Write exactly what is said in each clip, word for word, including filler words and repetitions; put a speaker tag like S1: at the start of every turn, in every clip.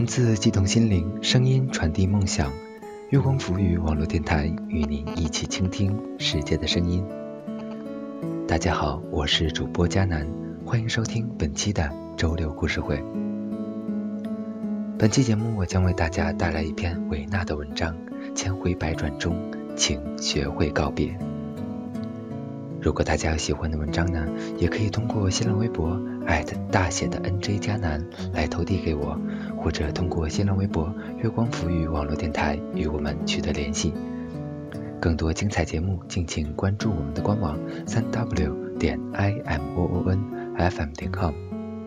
S1: 字激动心灵，声音传递梦想。月光浮语网络电台与您一起倾听世界的声音。大家好，我是主播佳南，欢迎收听本期的周六故事会。本期节目我将为大家带来一篇维纳的文章，千回百转中，请学会告别。如果大家有喜欢的文章呢，也可以通过新浪微博艾特大写的 N J 加南来投递给我，或者通过新浪微博月光浮语网络电台与我们取得联系。更多精彩节目敬请关注我们的官网 三 w 点 i m o o n f m 点 com。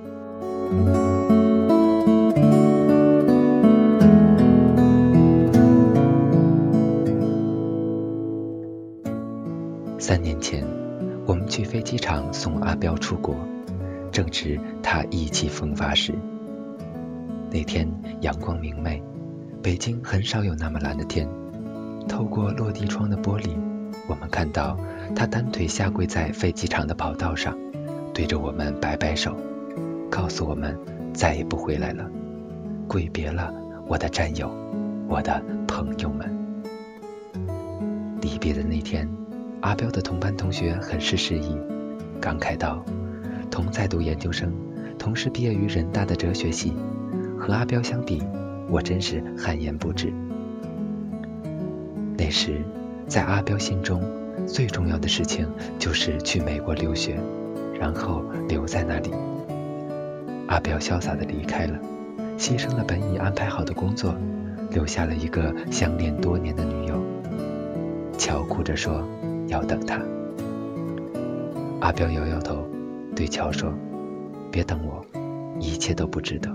S1: 三年前我们去飞机场送阿彪出国，正值他意气风发时。那天阳光明媚，北京很少有那么蓝的天。透过落地窗的玻璃，我们看到他单腿下跪在飞机场的跑道上，对着我们摆摆手，告诉我们再也不回来了，跪别了我的战友，我的朋友们。离别的那天，阿彪的同班同学很是失意，感慨道，同在读研究生，同时毕业于人大的哲学系，和阿彪相比，我真是汗颜不止。那时在阿彪心中，最重要的事情就是去美国留学，然后留在那里。阿彪潇洒地离开了，牺牲了本已安排好的工作，留下了一个相恋多年的女友。乔哭着说要等他。阿彪摇摇头，对乔说，别等我，一切都不值得。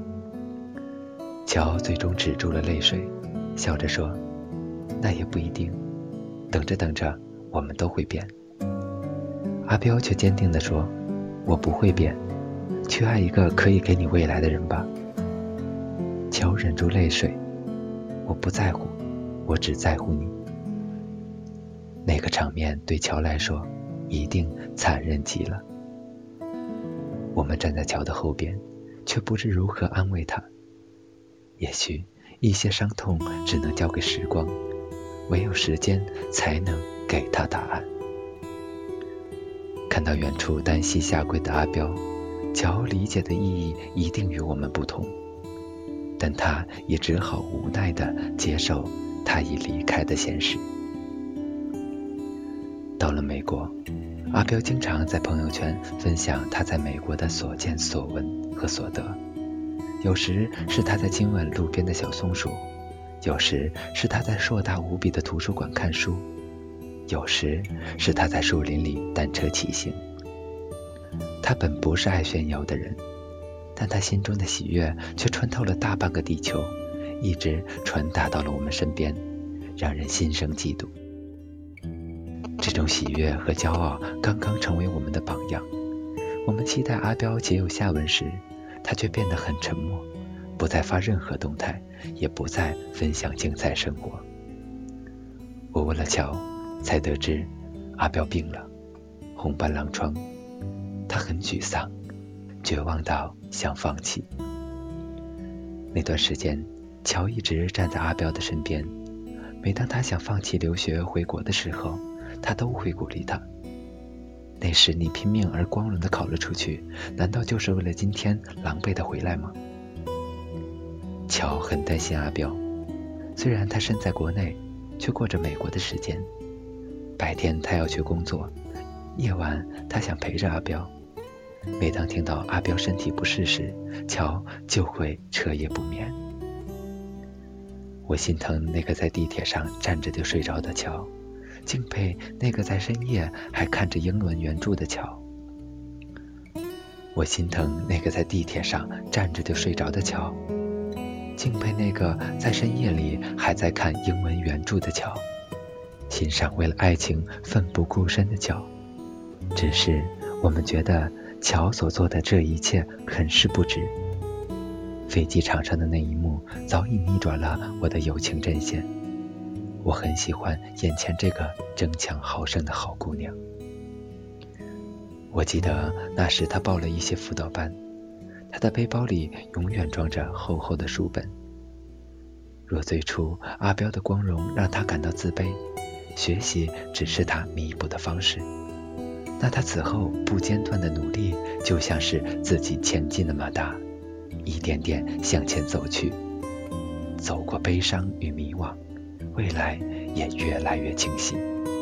S1: 乔最终止住了泪水，笑着说，那也不一定，等着等着我们都会变。阿彪却坚定地说，我不会变，去爱一个可以给你未来的人吧。乔忍住泪水，我不在乎，我只在乎你。那个场面对乔来说一定残忍极了。我们站在乔的后边，却不知如何安慰他。也许一些伤痛只能交给时光，唯有时间才能给他答案。看到远处单膝下跪的阿彪，乔理解的意义一定与我们不同，但他也只好无奈地接受他已离开的现实。到了美国，阿彪经常在朋友圈分享他在美国的所见所闻和所得，有时是他在亲吻路边的小松鼠，有时是他在硕大无比的图书馆看书，有时是他在树林里单车骑行。他本不是爱炫耀的人，但他心中的喜悦却穿透了大半个地球，一直传达到了我们身边，让人心生嫉妒。这种喜悦和骄傲刚刚成为我们的榜样，我们期待阿彪结有下文时，他却变得很沉默，不再发任何动态，也不再分享精彩生活。我问了乔，才得知阿彪病了，红斑狼疮，他很沮丧，绝望到想放弃。那段时间，乔一直站在阿彪的身边，每当他想放弃留学回国的时候，他都会鼓励他。那时你拼命而光荣地考了出去，难道就是为了今天狼狈地回来吗？乔很担心阿彪，虽然他身在国内，却过着美国的时间。白天他要去工作，夜晚他想陪着阿彪。每当听到阿彪身体不适时，乔就会彻夜不眠。我心疼那个在地铁上站着就睡着的乔，敬佩那个在深夜还看着英文原著的乔。我心疼那个在地铁上站着就睡着的乔，敬佩那个在深夜里还在看英文原著的乔，欣赏为了爱情奋不顾身的乔。只是我们觉得乔所做的这一切很是不值。飞机场上的那一幕早已逆转了我的友情阵线。我很喜欢眼前这个争强好胜的好姑娘。我记得那时她报了一些辅导班， 他的背包里永远装着厚厚的书本。若最初阿彪的光荣让他感到自卑，学习只是他弥补的方式，那他此后不间断的努力就像是自己前进的马达，一点点向前走去，走过悲伤与迷惘，未来也越来越清晰。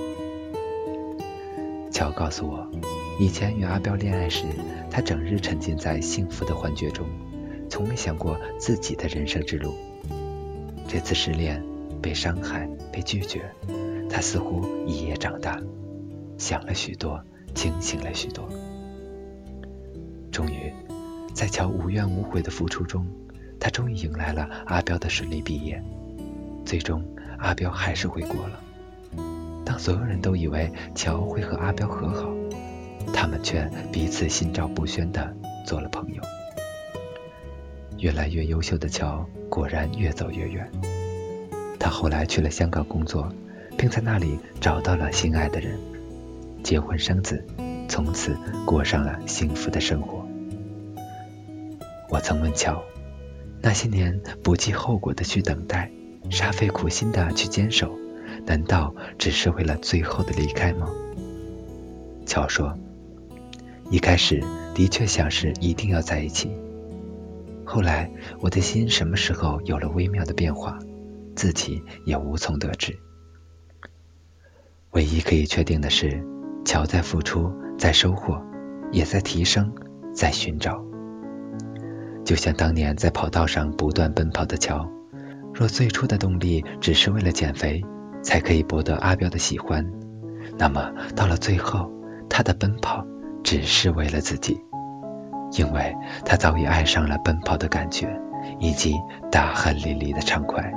S1: 乔告诉我，以前与阿彪恋爱时，他整日沉浸在幸福的幻觉中，从没想过自己的人生之路。这次失恋，被伤害，被拒绝，他似乎一夜长大，想了许多，清醒了许多。终于，在乔无怨无悔的付出中，他终于迎来了阿彪的顺利毕业。最终，阿彪还是回国了。当所有人都以为乔会和阿彪和好，他们却彼此心照不宣地做了朋友。越来越优秀的乔果然越走越远，他后来去了香港工作，并在那里找到了心爱的人，结婚生子，从此过上了幸福的生活。我曾问乔，那些年不计后果的去等待，煞费苦心的去坚守，难道只是为了最后的离开吗？乔说，一开始的确想是一定要在一起，后来我的心什么时候有了微妙的变化，自己也无从得知。唯一可以确定的是，乔在付出，在收获，也在提升，在寻找。就像当年在跑道上不断奔跑的乔，若最初的动力只是为了减肥，才可以博得阿彪的喜欢，那么到了最后，他的奔跑只是为了自己，因为他早已爱上了奔跑的感觉，以及大汗淋漓的畅快。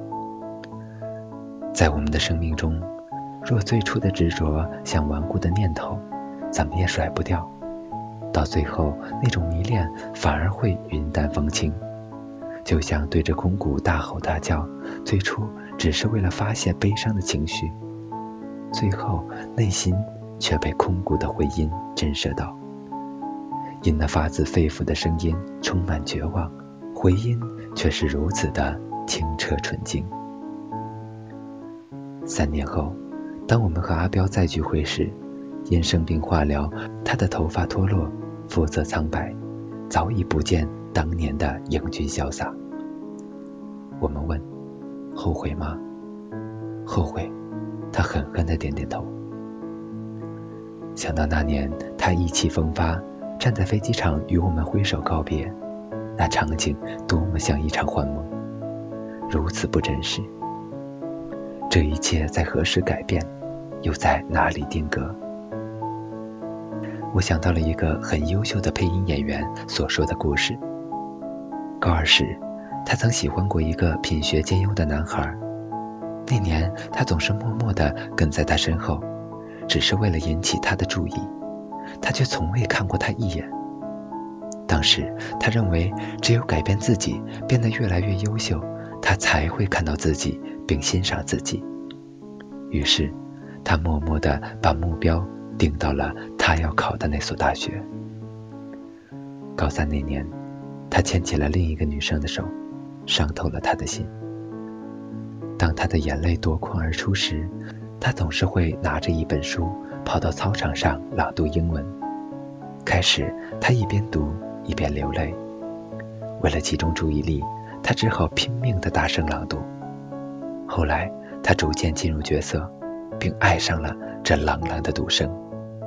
S1: 在我们的生命中，若最初的执着像顽固的念头，怎么也甩不掉，到最后那种迷恋反而会云淡风轻，就像对着空谷大吼大叫，最初只是为了发泄悲伤的情绪，最后内心却被空谷的回音震慑到，因那发自肺腑的声音充满绝望，回音却是如此的清澈纯净。三年后，当我们和阿彪再聚会时，因生病化疗，他的头发脱落，肤色苍白，早已不见当年的英俊潇洒。我们问，后悔吗？后悔，他狠狠地点点头。想到那年他意气风发，站在飞机场与我们挥手告别，那场景多么像一场幻梦，如此不真实。这一切在何时改变，又在哪里定格？我想到了一个很优秀的配音演员所说的故事。高二时，他曾喜欢过一个品学兼优的男孩，那年他总是默默地跟在他身后，只是为了引起他的注意，他却从未看过他一眼。当时他认为只有改变自己，变得越来越优秀，他才会看到自己并欣赏自己。于是他默默地把目标定到了他要考的那所大学。高三那年，他牵起了另一个女生的手，伤透了她的心。当他的眼泪夺眶而出时，他总是会拿着一本书跑到操场上朗读英文。开始他一边读一边流泪，为了集中注意力，他只好拼命地大声朗读。后来他逐渐进入角色，并爱上了这朗朗的读声。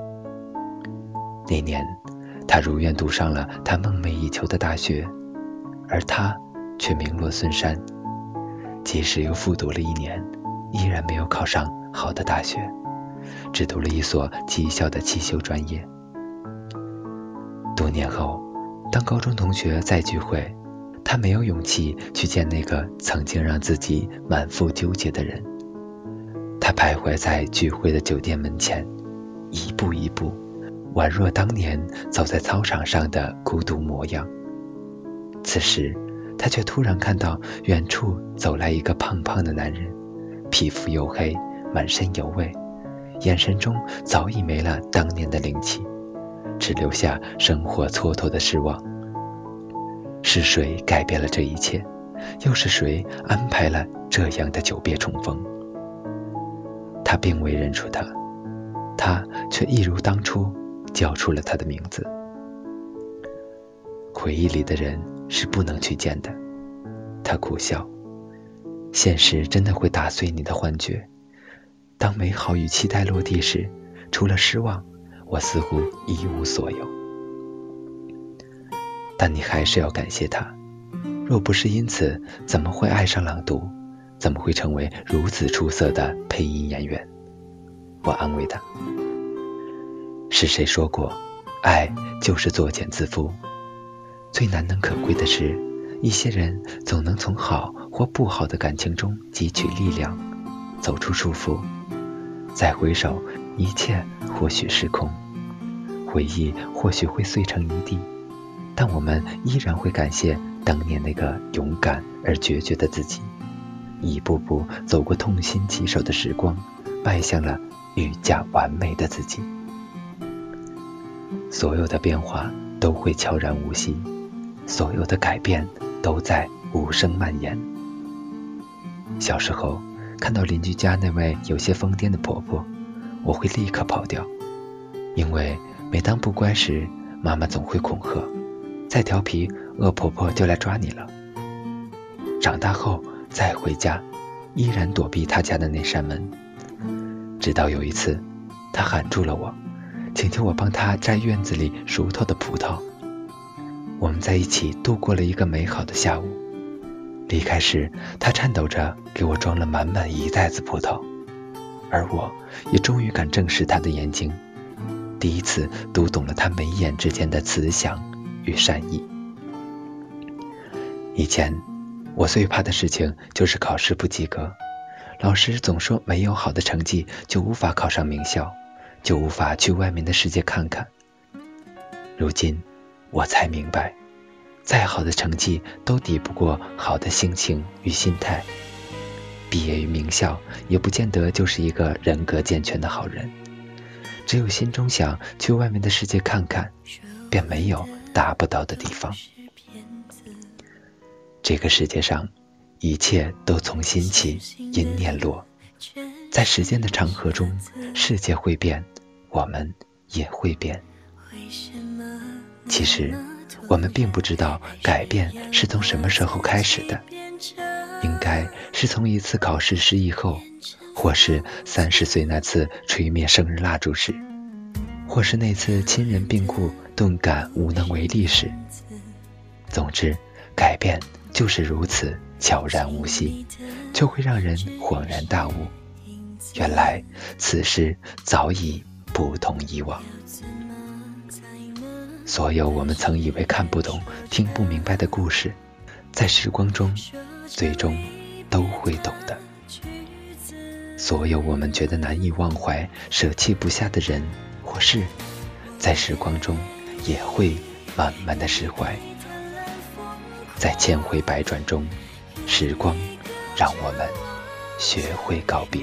S1: 那年他如愿读上了他梦寐以求的大学，而他却名落孙山，即使又复读了一年，依然没有考上好的大学，只读了一所技校的汽修专业。多年后，当高中同学再聚会，他没有勇气去见那个曾经让自己满腹纠结的人。他徘徊在聚会的酒店门前，一步一步，宛若当年走在操场上的孤独模样。此时他却突然看到远处走来一个胖胖的男人，皮肤黝黑，满身油味，眼神中早已没了当年的灵气，只留下生活蹉跎的失望。 是谁改变了这一切？又是谁安排了这样的久别重逢？他并未认出他，他却一如当初叫出了他的名字。回忆里的人是不能去见的，他苦笑。现实真的会打碎你的幻觉。当美好与期待落地时，除了失望，我似乎一无所有。但你还是要感谢他，若不是因此，怎么会爱上朗读？怎么会成为如此出色的配音演员？我安慰他。是谁说过，爱就是作茧自缚？最难能可贵的是，一些人总能从好或不好的感情中汲取力量，走出束缚。再回首，一切或许失控，回忆或许会碎成一地，但我们依然会感谢当年那个勇敢而决绝的自己，一步步走过痛心疾首的时光，迈向了愈加完美的自己。所有的变化都会悄然无息，所有的改变都在无声蔓延。小时候看到邻居家那位有些疯癫的婆婆，我会立刻跑掉，因为每当不乖时，妈妈总会恐吓，再调皮，恶婆婆就来抓你了。长大后再回家，依然躲避她家的那扇门，直到有一次，她喊住了我，请求我帮她摘院子里熟透的葡萄。我们在一起度过了一个美好的下午。离开时，她颤抖着给我装了满满一袋子葡萄，而我也终于敢正视她的眼睛，第一次读懂了她眉眼之间的慈祥与善意。以前我最怕的事情就是考试不及格，老师总说没有好的成绩就无法考上名校，就无法去外面的世界看看。如今我才明白，再好的成绩都抵不过好的心情与心态。毕业于名校也不见得就是一个人格健全的好人，只有心中想去外面的世界看看，便没有达不到的地方。这个世界上一切都从心起，因念落，在时间的长河中，世界会变，我们也会变。其实我们并不知道改变是从什么时候开始的，应该是从一次考试失意后，或是三十岁那次吹灭生日蜡烛时，或是那次亲人病故顿感无能为力时。总之，改变就是如此悄然无息，就会让人恍然大悟，原来此事早已不同以往。所有我们曾以为看不懂、听不明白的故事，在时光中最终都会懂的。所有我们觉得难以忘怀、舍弃不下的人或事，在时光中也会慢慢的释怀。在千回百转中，时光让我们学会告别。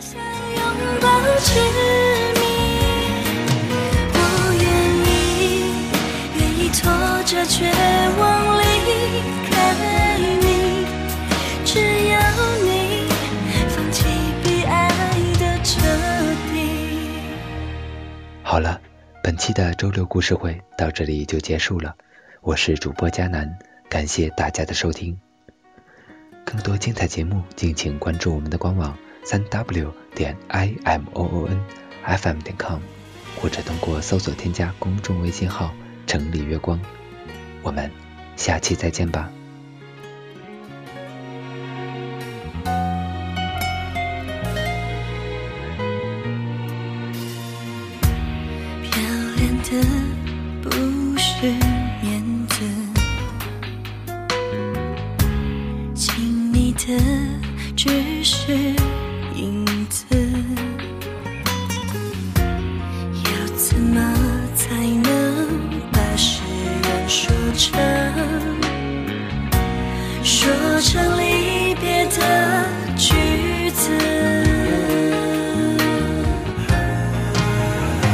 S1: 拖着绝望离开你，只要你放弃被爱的彻底。好了，本期的周六故事会到这里就结束了，我是主播佳南，感谢大家的收听。更多精彩节目敬请关注我们的官网 三 w 点 i m o o n f m 点 com， 或者通过搜索添加公众微信号城里月光。我们下期再见吧。漂亮的不是面子，亲密的只是影子，要怎么才能把事说成说成离别的句子？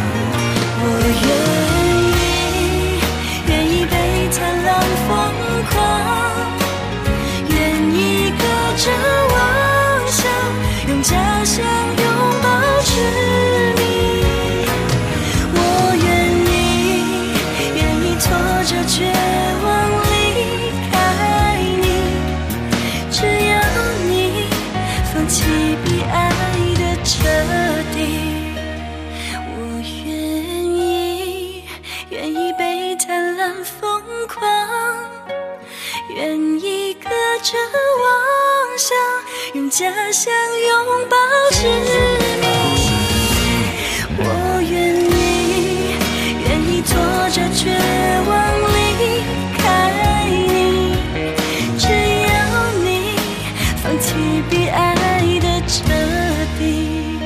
S1: 我愿意，愿意被贪婪疯狂
S2: 弃比爱的彻底。我愿意，愿意被贪婪疯狂，愿意隔着妄想，用假象拥抱执迷。我愿意，愿意拖着绝望离开你，只要你放弃比爱的彻底。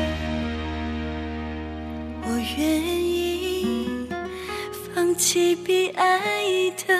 S2: 我愿意放弃比爱的